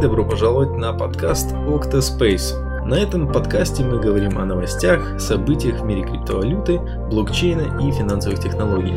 добро пожаловать на подкаст Octaspace. На этом подкасте мы говорим о новостях, событиях в мире криптовалюты, блокчейна и финансовых технологий.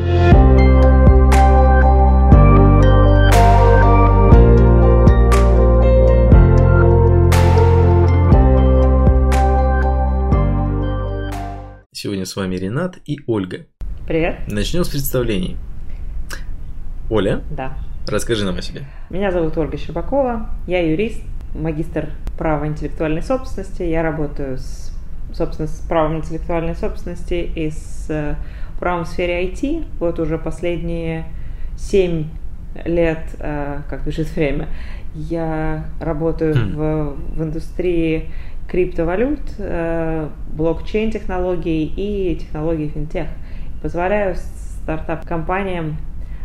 Сегодня с вами Ренат и Ольга. Привет. Начнем с представлений. Оля, Да. расскажи нам о себе. Меня зовут Ольга Щербакова, я юрист, магистр права интеллектуальной собственности. Я работаю с правом интеллектуальной собственности и с правом в сфере IT. Вот уже последние 7 лет, как бежит время, я работаю в индустрии криптовалют, блокчейн-технологий и технологий финтех. Позволяю стартап-компаниям,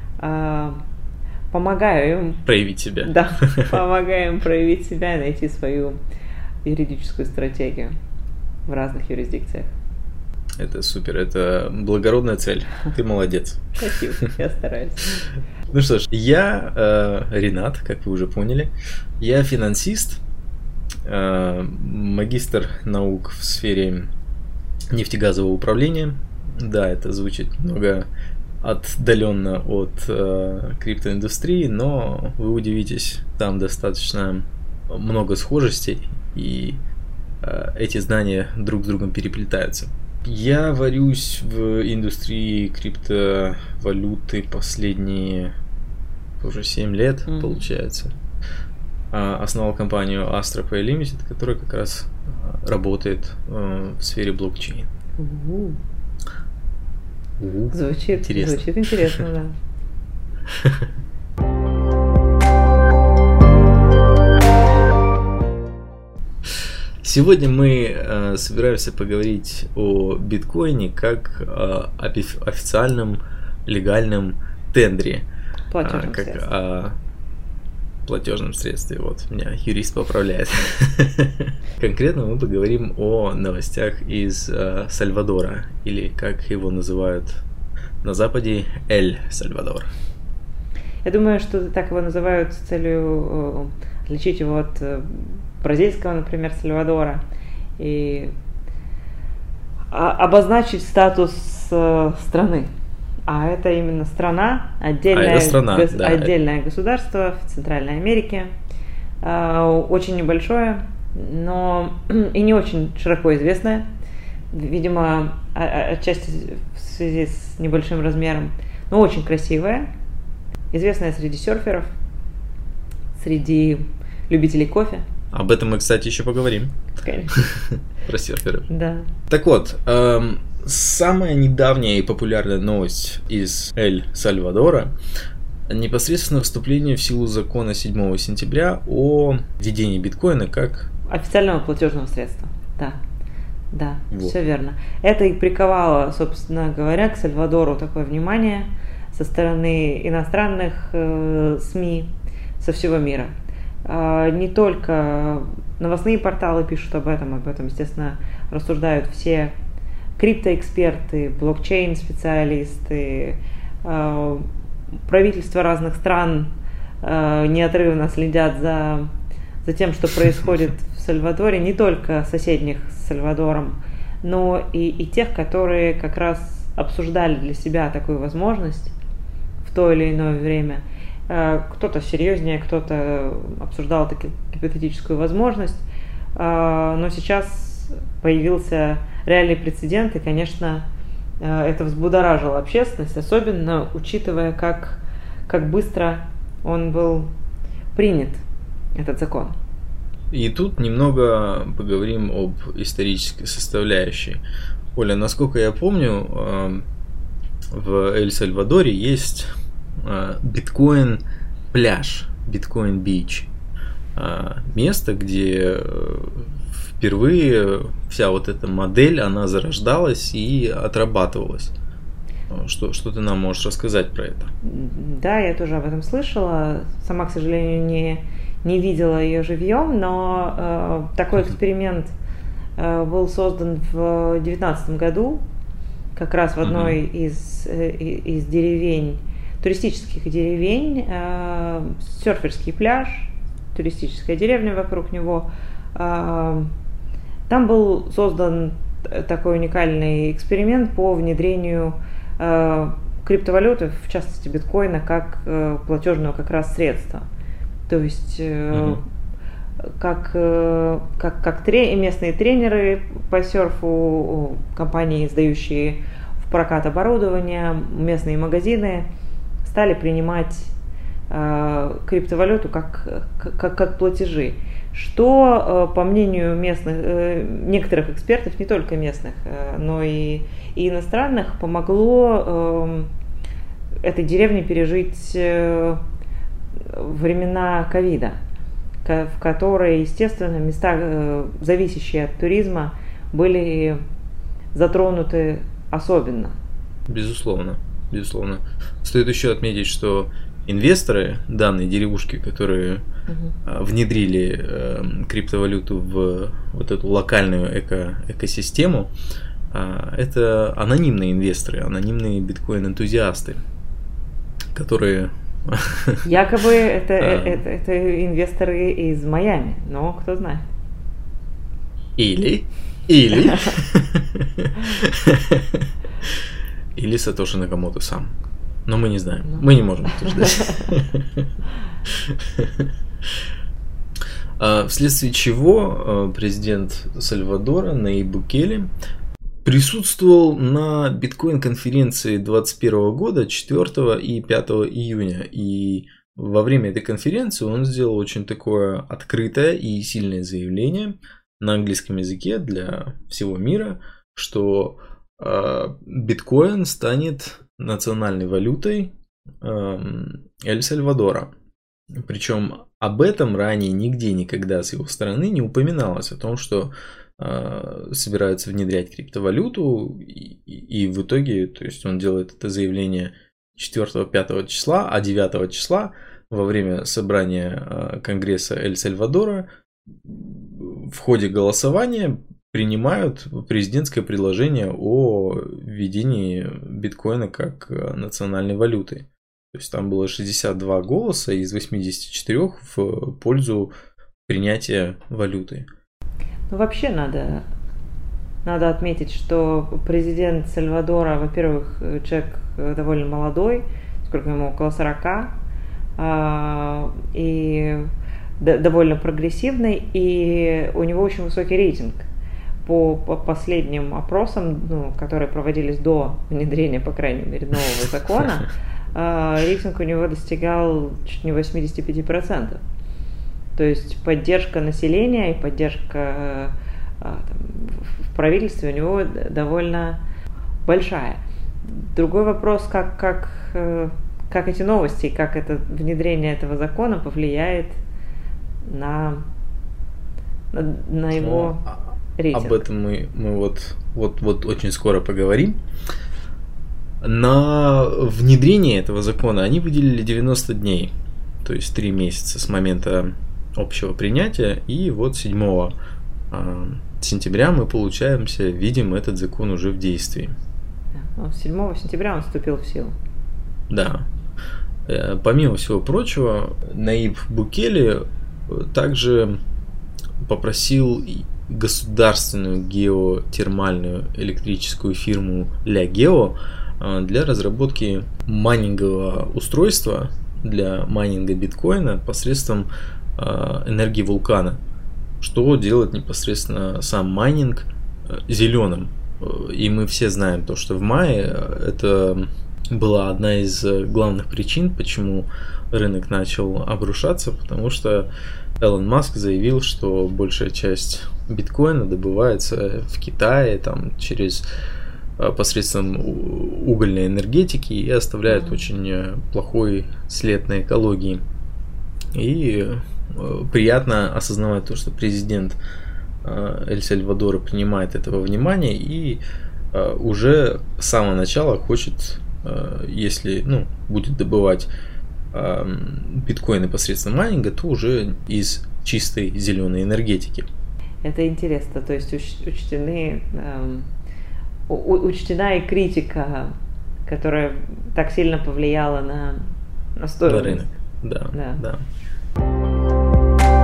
помогаю им проявить себя. Да, помогаю им проявить себя и найти свою юридическую стратегию в разных юрисдикциях. Это супер, это благородная цель. Ты молодец. Спасибо, я стараюсь. Ну что ж, я Ренат, как вы уже поняли. Я финансист, магистр наук в сфере нефтегазового управления. Да, это звучит немного отдаленно от криптоиндустрии, но вы удивитесь, там достаточно много схожестей, и эти знания друг с другом переплетаются. Я варюсь в индустрии криптовалюты последние уже 7 лет, получается. Основал компанию Astra Pay Limited, которая как раз работает в сфере блокчейн. Звучит интересно, да. Сегодня мы собираемся поговорить о биткоине как о официальном легальном тендере. Платежном средстве. Вот, меня юрист поправляет. Конкретно мы поговорим о новостях из Сальвадора, или как его называют на Западе, Эль-Сальвадор. Я думаю, что так его называют с целью отличить его от бразильского, например, Сальвадора, и обозначить статус страны. А это именно страна, отдельное государство в Центральной Америке, очень небольшое, но и не очень широко известное, видимо, отчасти в связи с небольшим размером, но очень красивое, известное среди серферов, среди любителей кофе. Об этом мы, кстати, еще поговорим. Конечно. Про серферов. Да. Так вот, самая недавняя и популярная новость из Эль-Сальвадора непосредственно вступление в силу закона 7 сентября о введении биткоина как официального платежного средства. Да, вот. Все верно. Это и приковало, собственно говоря, к Сальвадору такое внимание со стороны иностранных СМИ со всего мира. Не только новостные порталы пишут об этом, естественно, рассуждают все криптоэксперты, блокчейн-специалисты, правительства разных стран неотрывно следят за тем, что происходит в Сальвадоре, не только соседних с Сальвадором, но и тех, которые как раз обсуждали для себя такую возможность в то или иное время. Кто-то серьезнее, кто-то обсуждал такую гипотетическую возможность, но сейчас появился реальный прецедент, и, конечно, это взбудоражило общественность, особенно учитывая, как быстро он был принят, этот закон. И тут немного поговорим об исторической составляющей. Оля, насколько я помню, в Эль-Сальвадоре есть биткоин-пляж, биткоин-бич. Место, где впервые вся вот эта модель, она зарождалась и отрабатывалась. Что ты нам можешь рассказать про это? Да, я тоже об этом слышала. Сама, к сожалению, не видела ее живьем, но такой эксперимент был создан в 2019 году, как раз в одной из деревень, туристических деревень, серферский пляж, туристическая деревня вокруг него. Там был создан такой уникальный эксперимент по внедрению криптовалюты, в частности биткоина, как платежного как раз средства. То есть местные тренеры по серфу, компании, издающие в прокат оборудование, местные магазины стали принимать криптовалюту как платежи, что, по мнению некоторых экспертов, не только местных, но и иностранных, помогло этой деревне пережить времена ковида, в которые, естественно, места, зависящие от туризма, были затронуты особенно. Безусловно. Стоит еще отметить, что инвесторы данной деревушки, которые внедрили криптовалюту в вот эту локальную экосистему, это анонимные инвесторы, анонимные биткоин-энтузиасты, которые... Якобы это инвесторы из Майами, но кто знает. Или Сатоши Накамото сам. Но мы не знаем. Мы не можем утверждать. Вследствие чего президент Сальвадора Наиб Букеле присутствовал на биткоин-конференции 2021 года 4 и 5 июня. И во время этой конференции он сделал очень такое открытое и сильное заявление на английском языке для всего мира, что биткоин станет национальной валютой Эль-Сальвадора. Причем об этом ранее нигде никогда с его стороны не упоминалось, о том, что собираются внедрять криптовалюту, и в итоге, то есть он делает это заявление 4-5 числа, а 9 числа во время собрания Конгресса Эль-Сальвадора в ходе голосования принимают президентское предложение о введении биткоина как национальной валюты. То есть там было 62 голоса из 84 в пользу принятия валюты. Ну, вообще надо отметить, что президент Сальвадора, во-первых, человек довольно молодой, сколько ему, около 40, и довольно прогрессивный, и у него очень высокий рейтинг. По последним опросам, которые проводились до внедрения, по крайней мере, нового закона, рейтинг у него достигал чуть не 85%. То есть поддержка населения и поддержка в правительстве у него довольно большая. Другой вопрос, как эти новости, как это внедрение этого закона повлияет на его рейтинг. Об этом мы вот очень скоро поговорим. На внедрение этого закона они выделили 90 дней, то есть 3 месяца с момента общего принятия, и вот 7 сентября мы видим этот закон уже в действии. 7 сентября он вступил в силу. Да. Помимо всего прочего, Наиб Букеле также попросил государственную геотермальную электрическую фирму Ля Гео для разработки майнингового устройства для майнинга биткоина посредством энергии вулкана, что делает непосредственно сам майнинг зеленым. И мы все знаем то, что в мае это была одна из главных причин, почему рынок начал обрушаться, потому что Элон Маск заявил, что большая часть биткоина добывается в Китае посредством угольной энергетики и оставляет очень плохой след на экологии. И приятно осознавать то, что президент Эль-Сальвадора принимает это во внимание и уже с самого начала хочет, если будет добывать биткоины посредством майнинга, то уже из чистой зеленой энергетики. Это интересно, то есть учтена и критика, которая так сильно повлияла на стоимость. На рынок, да.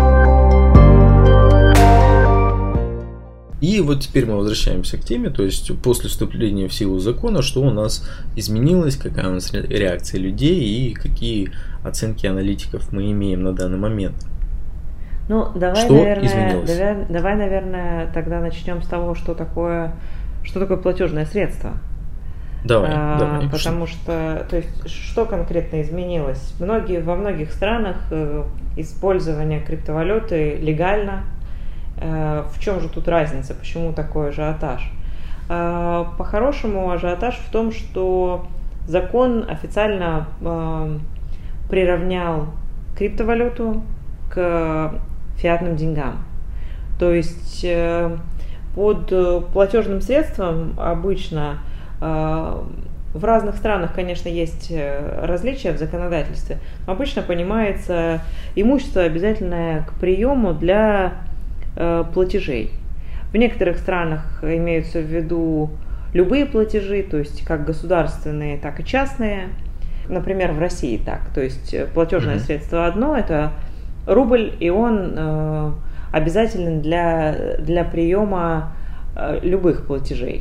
И вот теперь мы возвращаемся к теме, то есть после вступления в силу закона, что у нас изменилось, какая у нас реакция людей и какие оценки аналитиков мы имеем на данный момент. Ну, давай, наверное, тогда начнем с того, что такое платежное средство. Давай. Потому что, то есть, что конкретно изменилось? Во многих странах использование криптовалюты легально. В чем же тут разница? Почему такой ажиотаж? По-хорошему, ажиотаж в том, что закон официально приравнял криптовалюту к фиатным деньгам. То есть под платежным средством обычно в разных странах, конечно, есть различия в законодательстве, но обычно понимается имущество, обязательное к приему для платежей. В некоторых странах имеются в виду любые платежи, то есть как государственные, так и частные. Например, в России так. То есть платежное средство одно – это рубль, и он обязателен для приема любых платежей.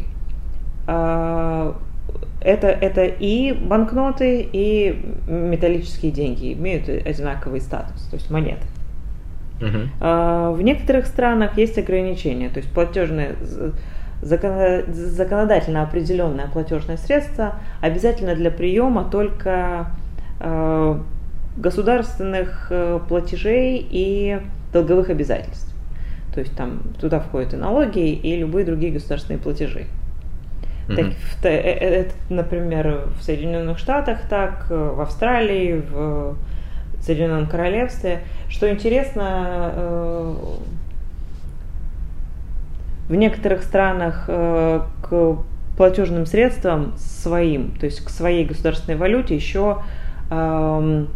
Это и банкноты, и металлические деньги имеют одинаковый статус, то есть монеты. В некоторых странах есть ограничения, то есть законодательно определенное платежное средство обязательно для приема только государственных платежей и долговых обязательств. То есть там туда входят и налоги, и любые другие государственные платежи. Это, например, в Соединенных Штатах так, в Австралии, в Соединенном Королевстве. Что интересно, в некоторых странах к платежным средствам своим, то есть к своей государственной валюте еще, то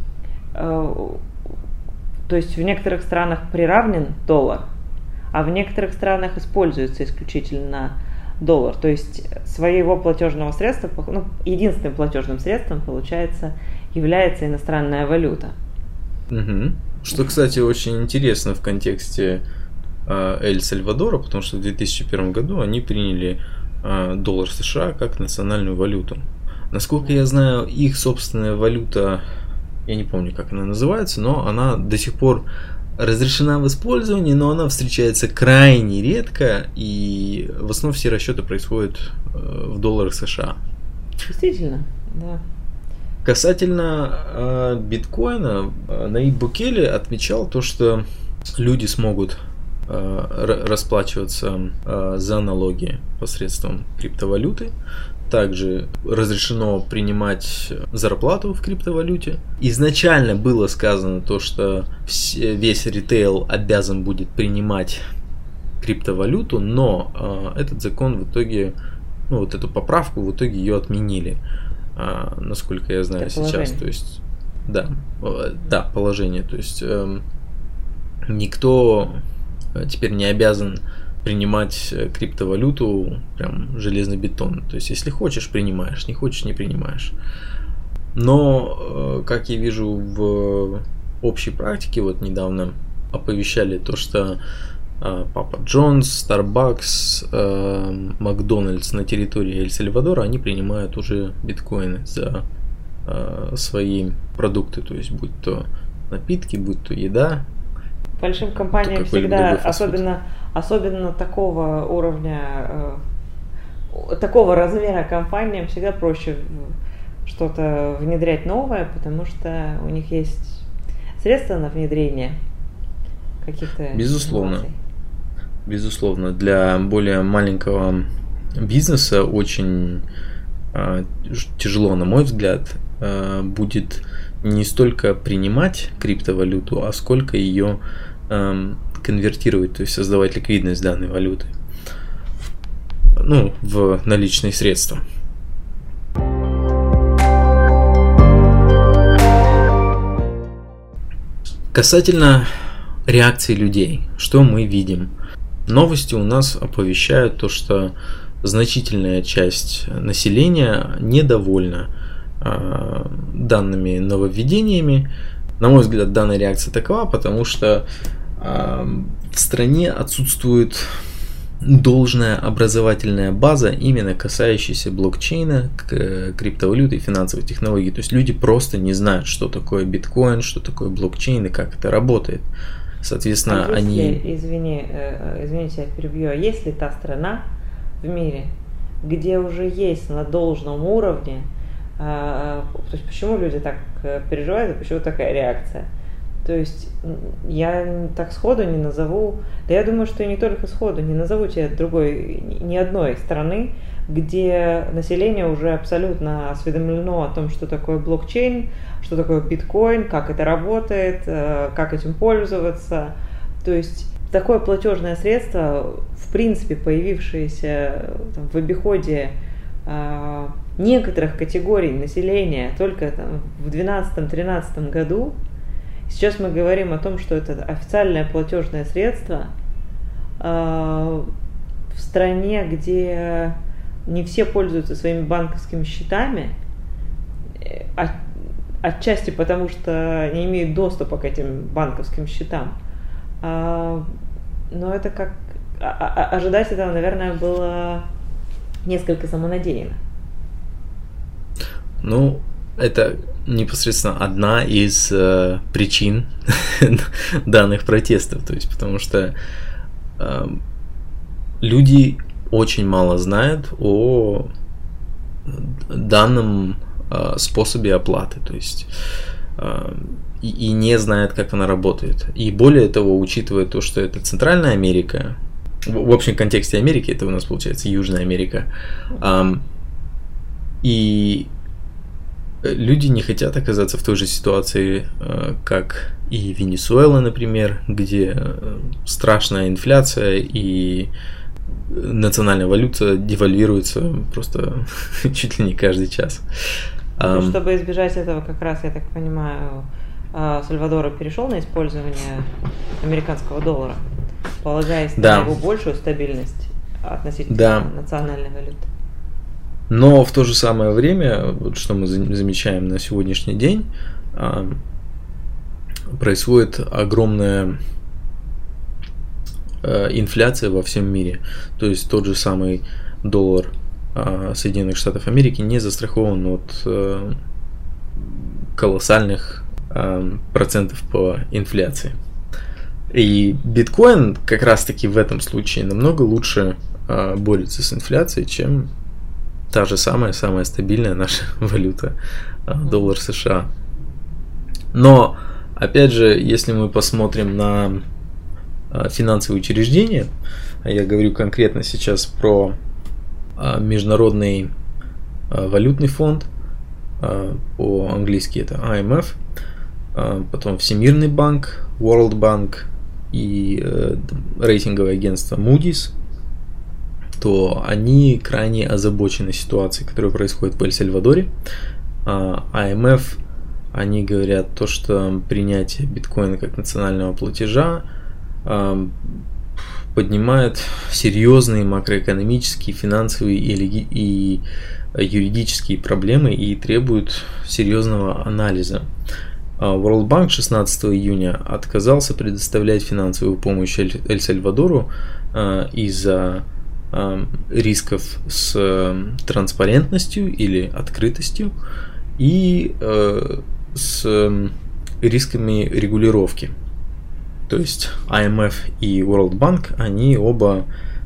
есть в некоторых странах приравнен доллар, а в некоторых странах используется исключительно доллар. То есть своего платежного средства, единственным платежным средством, получается, является иностранная валюта. Что, кстати, очень интересно в контексте Эль-Сальвадора, потому что в 2001 году они приняли доллар США как национальную валюту. Насколько я знаю, их собственная валюта, я не помню, как она называется, но она до сих пор разрешена в использовании, но она встречается крайне редко, и в основном все расчеты происходят в долларах США. Действительно, да. Касательно биткоина, Наиб Букеле отмечал то, что люди смогут расплачиваться за налоги посредством криптовалюты. Также разрешено принимать зарплату в криптовалюте. Изначально было сказано то, что весь ритейл обязан будет принимать криптовалюту, но этот закон в итоге, вот эту поправку в итоге ее отменили, насколько я знаю сейчас. То есть, да, положение. То есть никто теперь не обязан принимать криптовалюту прям железобетонно. То есть, если хочешь, принимаешь, не хочешь, не принимаешь. Но, как я вижу в общей практике, вот недавно оповещали то, что Папа Джонс, Starbucks, Макдональдс на территории Эль-Сальвадора, они принимают уже биткоины за свои продукты. То есть, будь то напитки, будь то еда. Большим компаниям всегда, особенно такого уровня, такого размера компаниям всегда проще что-то внедрять новое, потому что у них есть средства на внедрение каких-то инноваций. Безусловно, для более маленького бизнеса очень тяжело, на мой взгляд, будет не столько принимать криптовалюту, а сколько ее конвертировать, то есть создавать ликвидность данной валюты, в наличные средства. Касательно реакции людей, что мы видим? Новости у нас оповещают то, что значительная часть населения недовольна данными нововведениями. На мой взгляд, данная реакция такова, потому что в стране отсутствует должная образовательная база, именно касающаяся блокчейна, криптовалюты и финансовых технологий. То есть люди просто не знают, что такое биткоин, что такое блокчейн и как это работает. Соответственно, Извините, я перебью. А есть ли та страна в мире, где уже есть на должном уровне, то есть почему люди так переживают и почему такая реакция? То есть я так сходу не назову, да я думаю, что и не только сходу, не назову тебе ни одной страны, где население уже абсолютно осведомлено о том, что такое блокчейн, что такое биткоин, как это работает, как этим пользоваться. То есть такое платежное средство, в принципе, появившееся в обиходе некоторых категорий населения только в 2012-2013 году. Сейчас мы говорим о том, что это официальное платежное средство в стране, где не все пользуются своими банковскими счетами, отчасти потому, что не имеют доступа к этим банковским счетам. Но это как... Ожидать этого, наверное, было несколько самонадеянно. Ну, это непосредственно одна из причин данных протестов. То есть, потому что люди очень мало знают о данном способе оплаты. То есть и не знают, как она работает. И более того, учитывая то, что это Центральная Америка, в общем контексте Америки, это у нас получается Южная Америка, и люди не хотят оказаться в той же ситуации, как и Венесуэла, например, где страшная инфляция и национальная валюта девальвируется просто чуть ли не каждый час. Чтобы избежать этого, как раз, я так понимаю, Сальвадор перешел на использование американского доллара, полагаясь на его большую стабильность относительно национальной валюты. Но в то же самое время, вот что мы замечаем на сегодняшний день, происходит огромная инфляция во всем мире. То есть тот же самый доллар Соединенных Штатов Америки не застрахован от колоссальных процентов по инфляции. И биткоин как раз таки в этом случае намного лучше борется с инфляцией, чем та же самая стабильная наша валюта, доллар США. Но, опять же, если мы посмотрим на финансовые учреждения, я говорю конкретно сейчас про Международный валютный фонд, по-английски это IMF, потом Всемирный банк, World Bank и рейтинговое агентство Moody's, то они крайне озабочены ситуацией, которая происходит в Эль-Сальвадоре. IMF, они говорят то, что принятие биткоина как национального платежа поднимает серьезные макроэкономические, финансовые и юридические проблемы и требует серьезного анализа. World Bank 16 июня отказался предоставлять финансовую помощь Эль-Сальвадору из-за рисков с транспарентностью или открытостью и с рисками регулировки. То есть IMF и World Bank, они оба,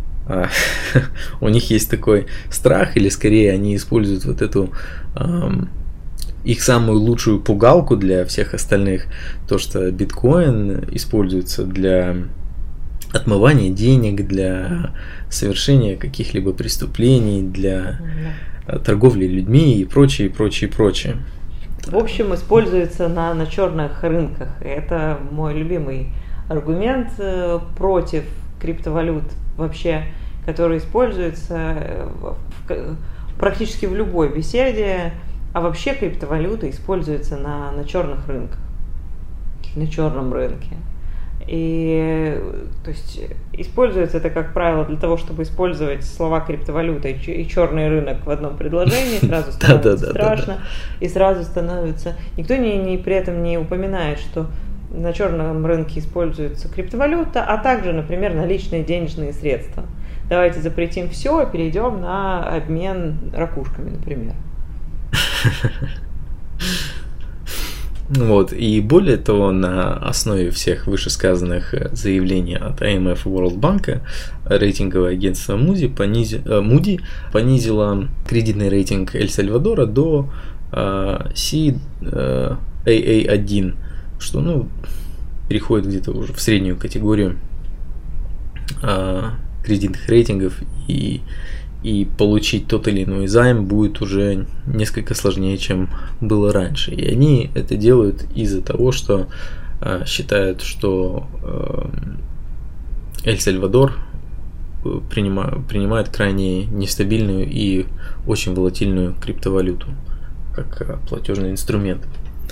у них есть такой страх, или скорее они используют вот эту их самую лучшую пугалку для всех остальных, то, что биткоин используется для отмывания денег, для совершения каких-либо преступлений, для торговли людьми и прочее, прочее, прочее. В общем, используется на черных рынках. Это мой любимый аргумент против криптовалют вообще, который используется практически в любой беседе. А вообще криптовалюта используется на черных рынках, на черном рынке. И то есть используется это, как правило, для того, чтобы использовать слова криптовалюта и черный рынок в одном предложении, сразу становится страшно, и сразу становится... Никто при этом не упоминает, что на черном рынке используется криптовалюта, а также, например, наличные денежные средства. давайте запретим все и перейдем на обмен ракушками, например. Вот. И более того, на основе всех вышесказанных заявлений от IMF и World Bank рейтинговое агентство Moody понизило кредитный рейтинг Эль-Сальвадора до CAA1, что переходит где-то уже в среднюю категорию кредитных рейтингов, и получить тот или иной займ будет уже несколько сложнее, чем было раньше. И они это делают из-за того, что считают, что Эль-Сальвадор принимает крайне нестабильную и очень волатильную криптовалюту как платежный инструмент.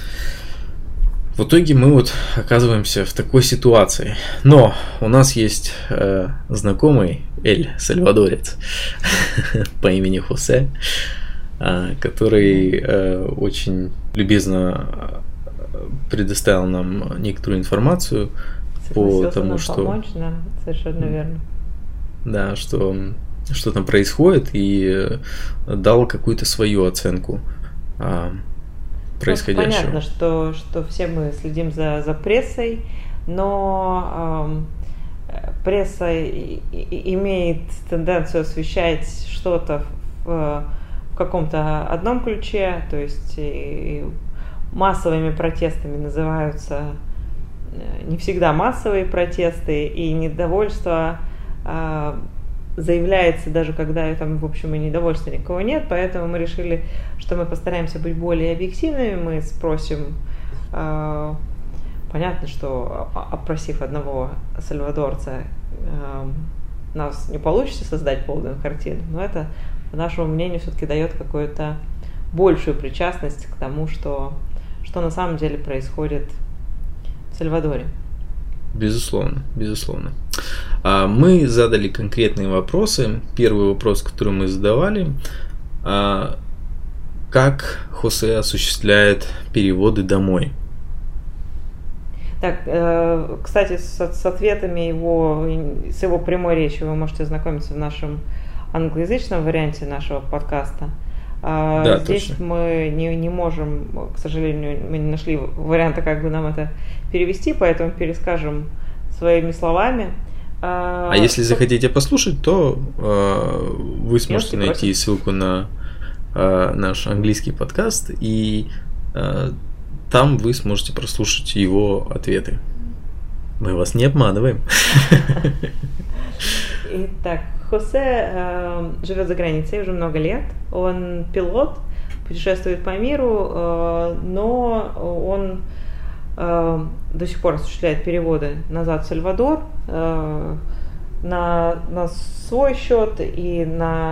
В итоге мы оказываемся в такой ситуации. Но у нас есть знакомый Эль-Сальвадорец по имени Хосе, который очень любезно предоставил нам некоторую информацию по тому, что... помочь, да, совершенно верно. Да, что там происходит, и дал какую-то свою оценку происходящего. Понятно, что все мы следим за прессой, но пресса имеет тенденцию освещать что-то в каком-то одном ключе, то есть и массовыми протестами называются не всегда массовые протесты, и недовольство заявляется даже когда там, в общем, и недовольства никого нет, поэтому мы решили, что мы постараемся быть более объективными, мы спросим, понятно, что опросив одного сальвадорца, нас не получится создать полную картину, но это, по нашему мнению, все-таки дает какую-то большую причастность к тому, что на самом деле происходит в Сальвадоре. Безусловно, безусловно. Мы задали конкретные вопросы. Первый вопрос, который мы задавали: как Хосе осуществляет переводы домой? Так, кстати, с ответами с его прямой речью вы можете ознакомиться в нашем англоязычном варианте нашего подкаста. Да, здесь точно. мы не можем, к сожалению, мы не нашли варианта, как бы нам это перевести, поэтому перескажем своими словами. А если захотите послушать, то вы сможете найти ссылку на наш английский подкаст, и там вы сможете прослушать его ответы. Мы вас не обманываем. Итак, Хосе живет за границей уже много лет. Он пилот, путешествует по миру, но он до сих пор осуществляет переводы назад в Сальвадор на свой счет и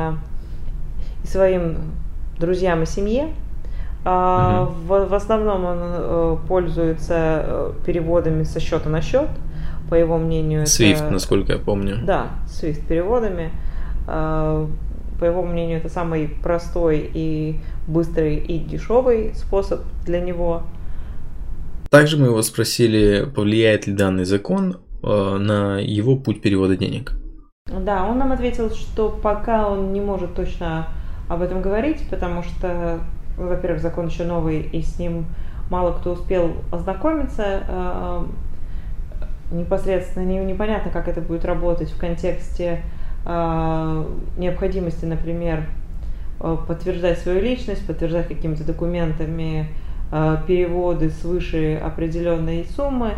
своим друзьям и семье. В основном он пользуется переводами со счета на счет, по его мнению. SWIFT, насколько я помню. Да, SWIFT переводами. По его мнению, это самый простой и быстрый и дешевый способ для него. Также мы его спросили, повлияет ли данный закон на его путь перевода денег. Да, он нам ответил, что пока он не может точно об этом говорить, потому что, во-первых, закон еще новый, и с ним мало кто успел ознакомиться. Непосредственно непонятно, как это будет работать в контексте необходимости, например, подтверждать свою личность, подтверждать какими-то документами переводы свыше определенной суммы.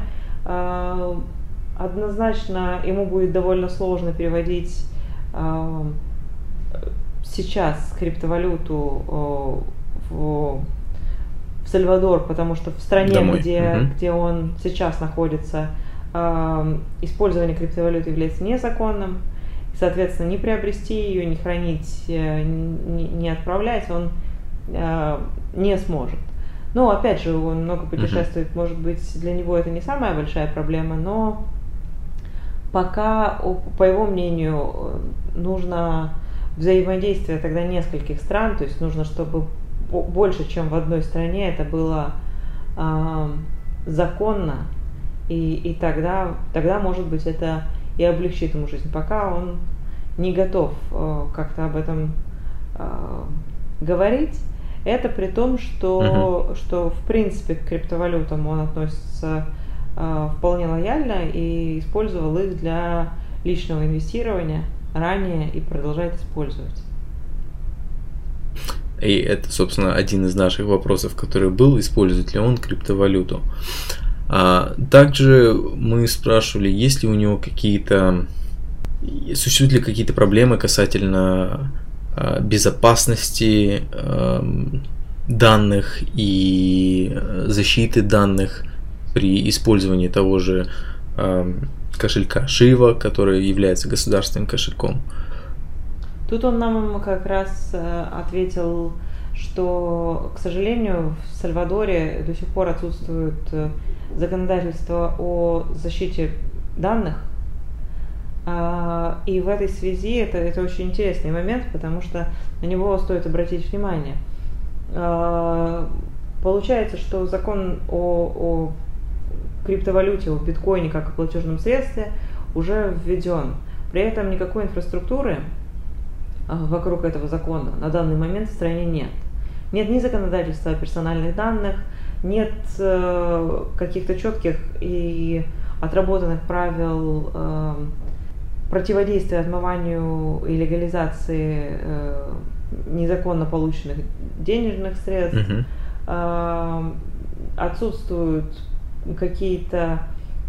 Однозначно ему будет довольно сложно переводить сейчас криптовалюту в Сальвадор, потому что в стране, где он сейчас находится, использование криптовалюты является незаконным, и, соответственно, не приобрести ее, не хранить, не отправлять он не сможет. Но, опять же, он много путешествует, может быть, для него это не самая большая проблема, но пока, по его мнению, нужно взаимодействие тогда нескольких стран, то есть нужно, чтобы больше, чем в одной стране, это было законно, и тогда, может быть, это и облегчит ему жизнь. Пока он не готов как-то об этом говорить. Это при том, что в принципе к криптовалютам он относится вполне лояльно и использовал их для личного инвестирования ранее и продолжает использовать. И это, собственно, один из наших вопросов, который был, использует ли он криптовалюту. Также мы спрашивали, есть ли у него существуют ли какие-то проблемы касательно безопасности данных и защиты данных при использовании того же кошелька Shiva, который является государственным кошельком. Тут он нам как раз ответил, что, к сожалению, в Сальвадоре до сих пор отсутствует законодательство о защите данных. И в этой связи это очень интересный момент, потому что на него стоит обратить внимание. Получается, что закон о криптовалюте, о биткоине как о платежном средстве уже введен. При этом никакой инфраструктуры вокруг этого закона на данный момент в стране нет. Нет ни законодательства о персональных данных, нет каких-то четких и отработанных правил противодействия отмыванию и легализации незаконно полученных денежных средств. Отсутствуют какие-то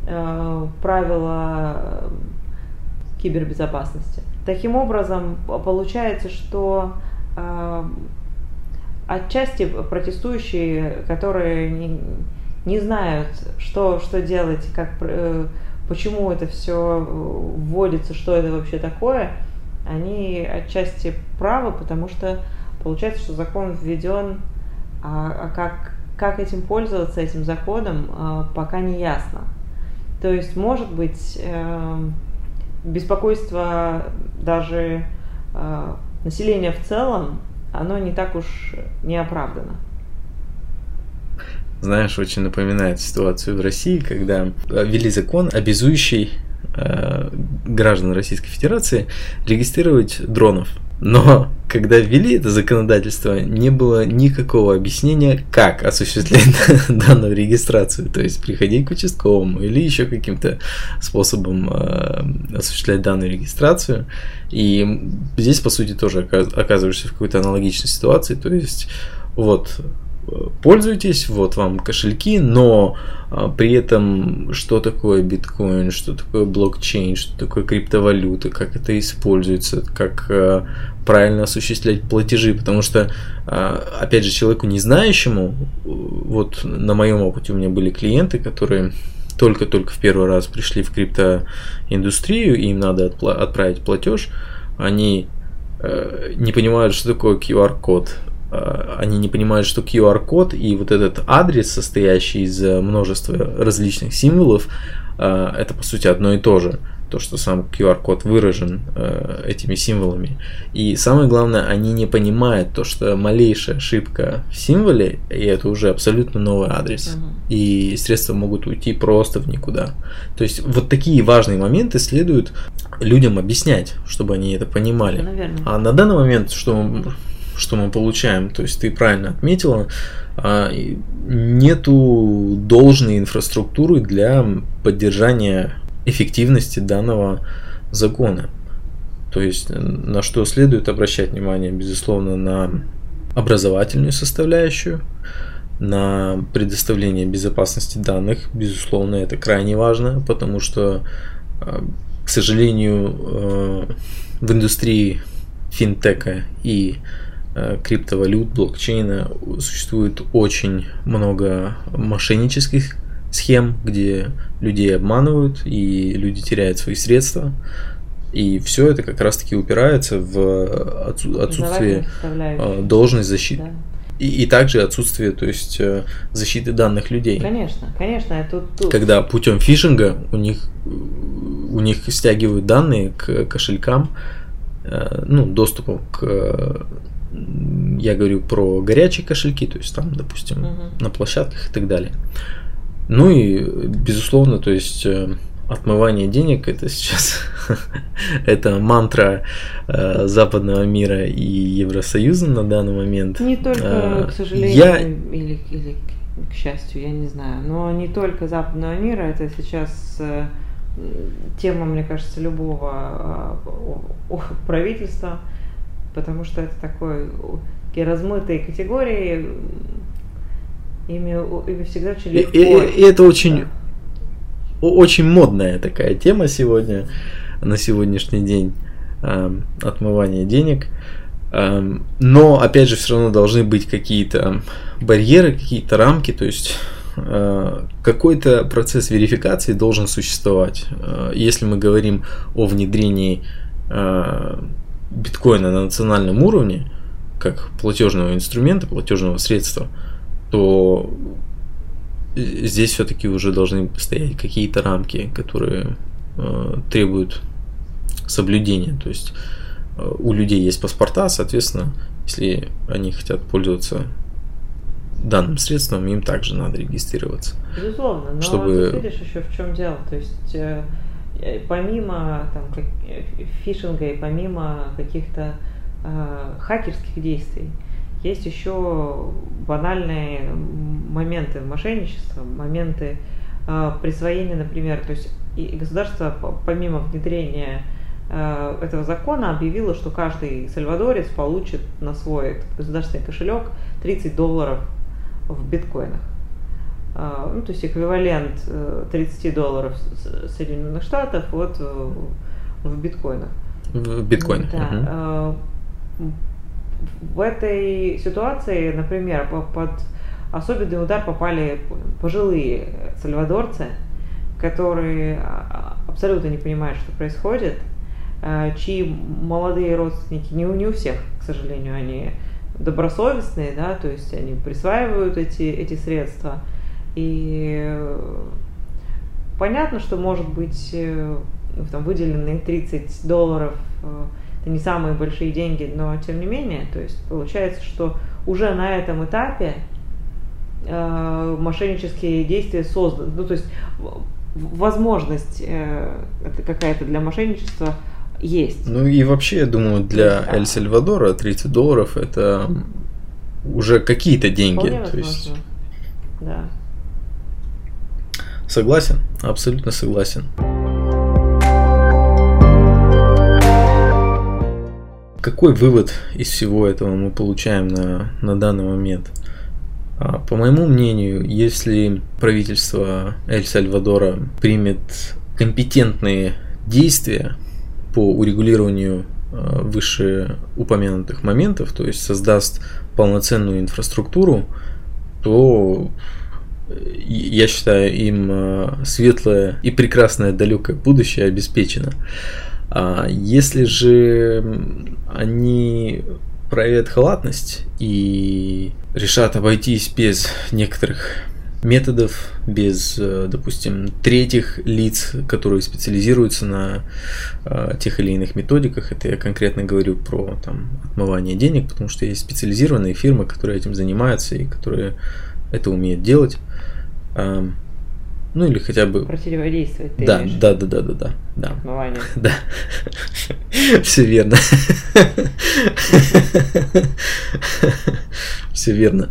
правила кибербезопасности. Таким образом, получается, что отчасти протестующие, которые не знают, что делать, почему это все вводится, что это вообще такое, они отчасти правы, потому что получается, что закон введен, а как этим пользоваться, этим законом, пока не ясно. То есть, может быть, беспокойство даже населения в целом, оно не так уж не оправдано. Знаешь, очень напоминает ситуацию в России, когда ввели закон, обязующий граждан Российской Федерации регистрировать дронов. Но когда ввели это законодательство, не было никакого объяснения, как осуществлять данную регистрацию. То есть приходить к участковому или еще каким-то способом осуществлять данную регистрацию. И здесь, по сути, тоже оказываешься в какой-то аналогичной ситуации. То есть, вот, пользуйтесь, вот вам кошельки, но при этом что такое биткоин, что такое блокчейн, что такое криптовалюта, как это используется, как правильно осуществлять платежи, потому что, опять же, человеку не знающему, вот на моем опыте у меня были клиенты, которые только-только в первый раз пришли в криптоиндустрию, и им надо отправить платеж, они не понимают, что такое QR-код. Они не понимают, что QR-код и вот этот адрес, состоящий из множества различных символов, это по сути одно и то же. То, что сам QR-код выражен этими символами. И самое главное, они не понимают то, что малейшая ошибка в символе, и это уже абсолютно новый адрес. И средства могут уйти просто в никуда. То есть вот такие важные моменты следует людям объяснять, чтобы они это понимали. Наверное. А на данный момент, что мы получаем, то есть ты правильно отметила, нету должной инфраструктуры для поддержания эффективности данного закона. То есть на что следует обращать внимание, безусловно, на образовательную составляющую, на предоставление безопасности данных, безусловно, это крайне важно, потому что, к сожалению, в индустрии финтека и криптовалют, блокчейна существует очень много мошеннических схем, где людей обманывают и люди теряют свои средства. И все это как раз-таки упирается в отсутствие должной защиты. Да. И также отсутствие, то есть, защиты данных людей. Конечно. Когда путем фишинга у них стягивают данные к кошелькам, доступом к... Я говорю про горячие кошельки, то есть там, допустим, на площадках и так далее. Ну и, безусловно, то есть отмывание денег это сейчас это мантра западного мира и Евросоюза на данный момент. Не только, к сожалению, или к счастью, я не знаю, но не только западного мира, это сейчас тема, мне кажется, любого правительства, потому что это такие размытые категории, ими всегда очень легко. И это очень модная такая тема сегодня, на сегодняшний день, отмывание денег. Но, опять же, все равно должны быть какие-то барьеры, какие-то рамки, то есть какой-то процесс верификации должен существовать. Если мы говорим о внедрении биткоина на национальном уровне, как платежного инструмента, платежного средства, то здесь все-таки уже должны стоять какие-то рамки, которые требуют соблюдения. То есть у людей есть паспорта, соответственно, если они хотят пользоваться данным средством, им также надо регистрироваться. Безусловно, но ты видишь еще в чем дело. То есть помимо фишинга и помимо каких-то хакерских действий, есть еще банальные моменты мошенничества, моменты присвоения, например, то есть и государство помимо внедрения этого закона объявило, что каждый сальвадорец получит на свой государственный кошелек $30 в биткоинах. То есть эквивалент $30 Соединенных Штатов в биткоинах. В биткоинах. Да. В этой ситуации, например, под особенный удар попали пожилые сальвадорцы, которые абсолютно не понимают, что происходит, чьи молодые родственники, не у всех, к сожалению, они добросовестные, да, то есть они присваивают эти средства. И понятно, что, может быть, выделенные $30 это не самые большие деньги, но тем не менее, то есть получается, что уже на этом этапе мошеннические действия созданы, то есть возможность какая-то для мошенничества есть. И вообще, я думаю, для Эль-Сальвадора $30 это уже какие-то деньги. Вполне возможно. Да. Согласен, абсолютно согласен. Какой вывод из всего этого мы получаем на данный момент? По моему мнению, если правительство Эль-Сальвадора примет компетентные действия по урегулированию вышеупомянутых моментов, то есть создаст полноценную инфраструктуру, то я считаю, им светлое и прекрасное далекое будущее обеспечено. Если же они проявят халатность и решат обойтись без некоторых методов, без, допустим, третьих лиц, которые специализируются на тех или иных методиках, это я конкретно говорю про отмывание денег, потому что есть специализированные фирмы, которые этим занимаются и которые это умеют делать. Или хотя бы... Противодействовать, ты да. Отмывание. Да. Все верно. Все верно.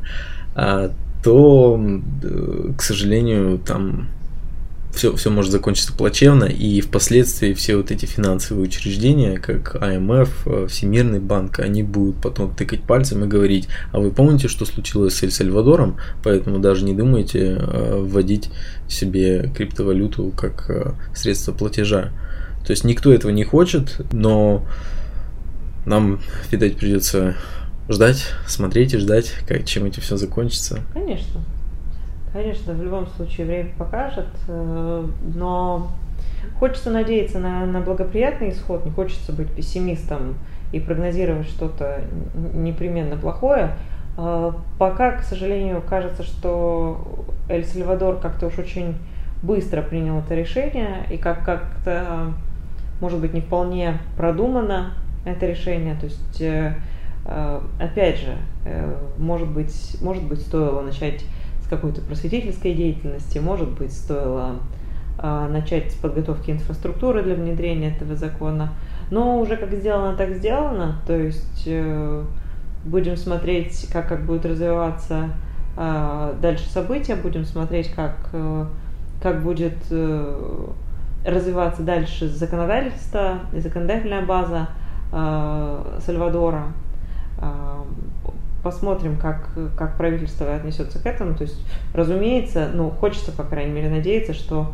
То, к сожалению, там все может закончиться плачевно, и впоследствии все вот эти финансовые учреждения, как АМФ, Всемирный банк, они будут потом тыкать пальцем и говорить: а вы помните, что случилось с Эль-Сальвадором, поэтому даже не думайте вводить себе криптовалюту как средство платежа. То есть никто этого не хочет, но нам, видать, придется ждать, смотреть и ждать, чем это все закончится. Конечно. Конечно, в любом случае время покажет, но хочется надеяться на благоприятный исход, не хочется быть пессимистом и прогнозировать что-то непременно плохое. Пока, к сожалению, кажется, что Эль-Сальвадор как-то уж очень быстро принял это решение, и как-то, может быть, не вполне продумано это решение. То есть, опять же, может быть, стоило начать с какой-то просветительской деятельности, может быть, стоило начать с подготовки инфраструктуры для внедрения этого закона. Но уже как сделано, так сделано. То есть будем смотреть, как будут развиваться дальше события, будем смотреть, как будет развиваться дальше законодательство и законодательная база Сальвадора. Посмотрим, как правительство отнесется к этому. То есть, разумеется, хочется, по крайней мере, надеяться, что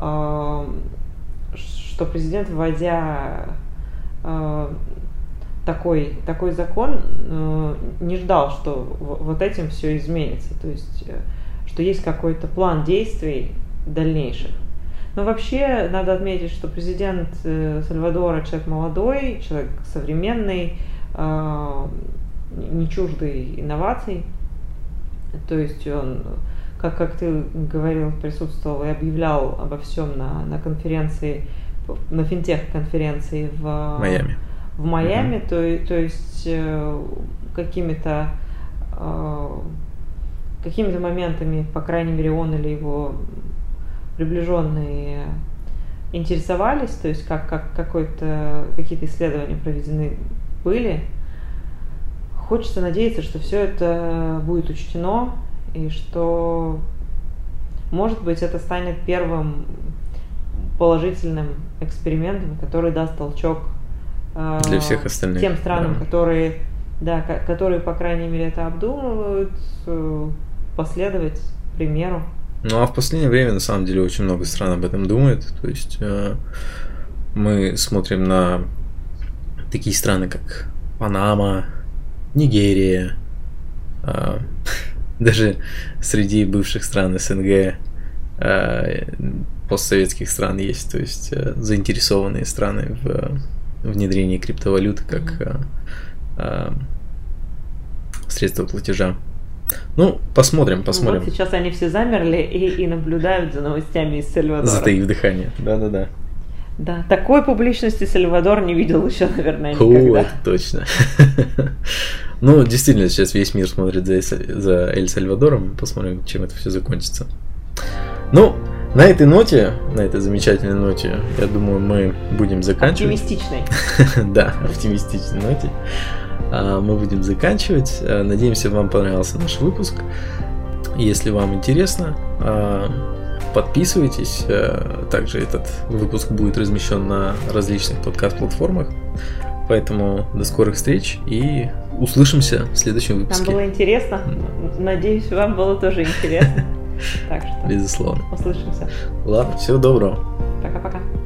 президент, вводя такой закон, не ждал, что вот этим все изменится. То есть, что есть какой-то план действий дальнейших. Но вообще надо отметить, что президент Сальвадора человек молодой, человек современный, не чуждый инноваций. То есть он, как ты говорил, присутствовал и объявлял обо всем на конференции, на финтех-конференции в Майами. То есть какими-то моментами, по крайней мере, он или его приближенные интересовались, то есть какие-то исследования проведены были. Хочется надеяться, что все это будет учтено, и что, может быть, это станет первым положительным экспериментом, который даст толчок для всех остальных, тем странам, которые, по крайней мере, это обдумывают, последовать примеру. Ну, а в последнее время, на самом деле, очень много стран об этом думают. То есть мы смотрим на такие страны, как Панама, Нигерия, даже среди бывших стран СНГ, постсоветских стран есть, то есть заинтересованные страны в внедрении криптовалюты как средство платежа. Ну, посмотрим. Вот сейчас они все замерли и наблюдают за новостями из Сальвадора. Затаив дыхание, да. Да, такой публичности Сальвадор не видел еще, наверное, никогда. Это точно. Ну, действительно, сейчас весь мир смотрит за Эль Сальвадором. Посмотрим, чем это все закончится. Ну, на этой замечательной ноте, я думаю, мы будем заканчивать. Оптимистичной. Да, оптимистичной ноте. Мы будем заканчивать. Надеемся, вам понравился наш выпуск. Если вам интересно, подписывайтесь. Также этот выпуск будет размещен на различных подкаст-платформах. Поэтому до скорых встреч и услышимся в следующем выпуске. Нам было интересно. Надеюсь, вам было тоже интересно. Так что безусловно. Услышимся. Ладно, всего доброго. Пока-пока.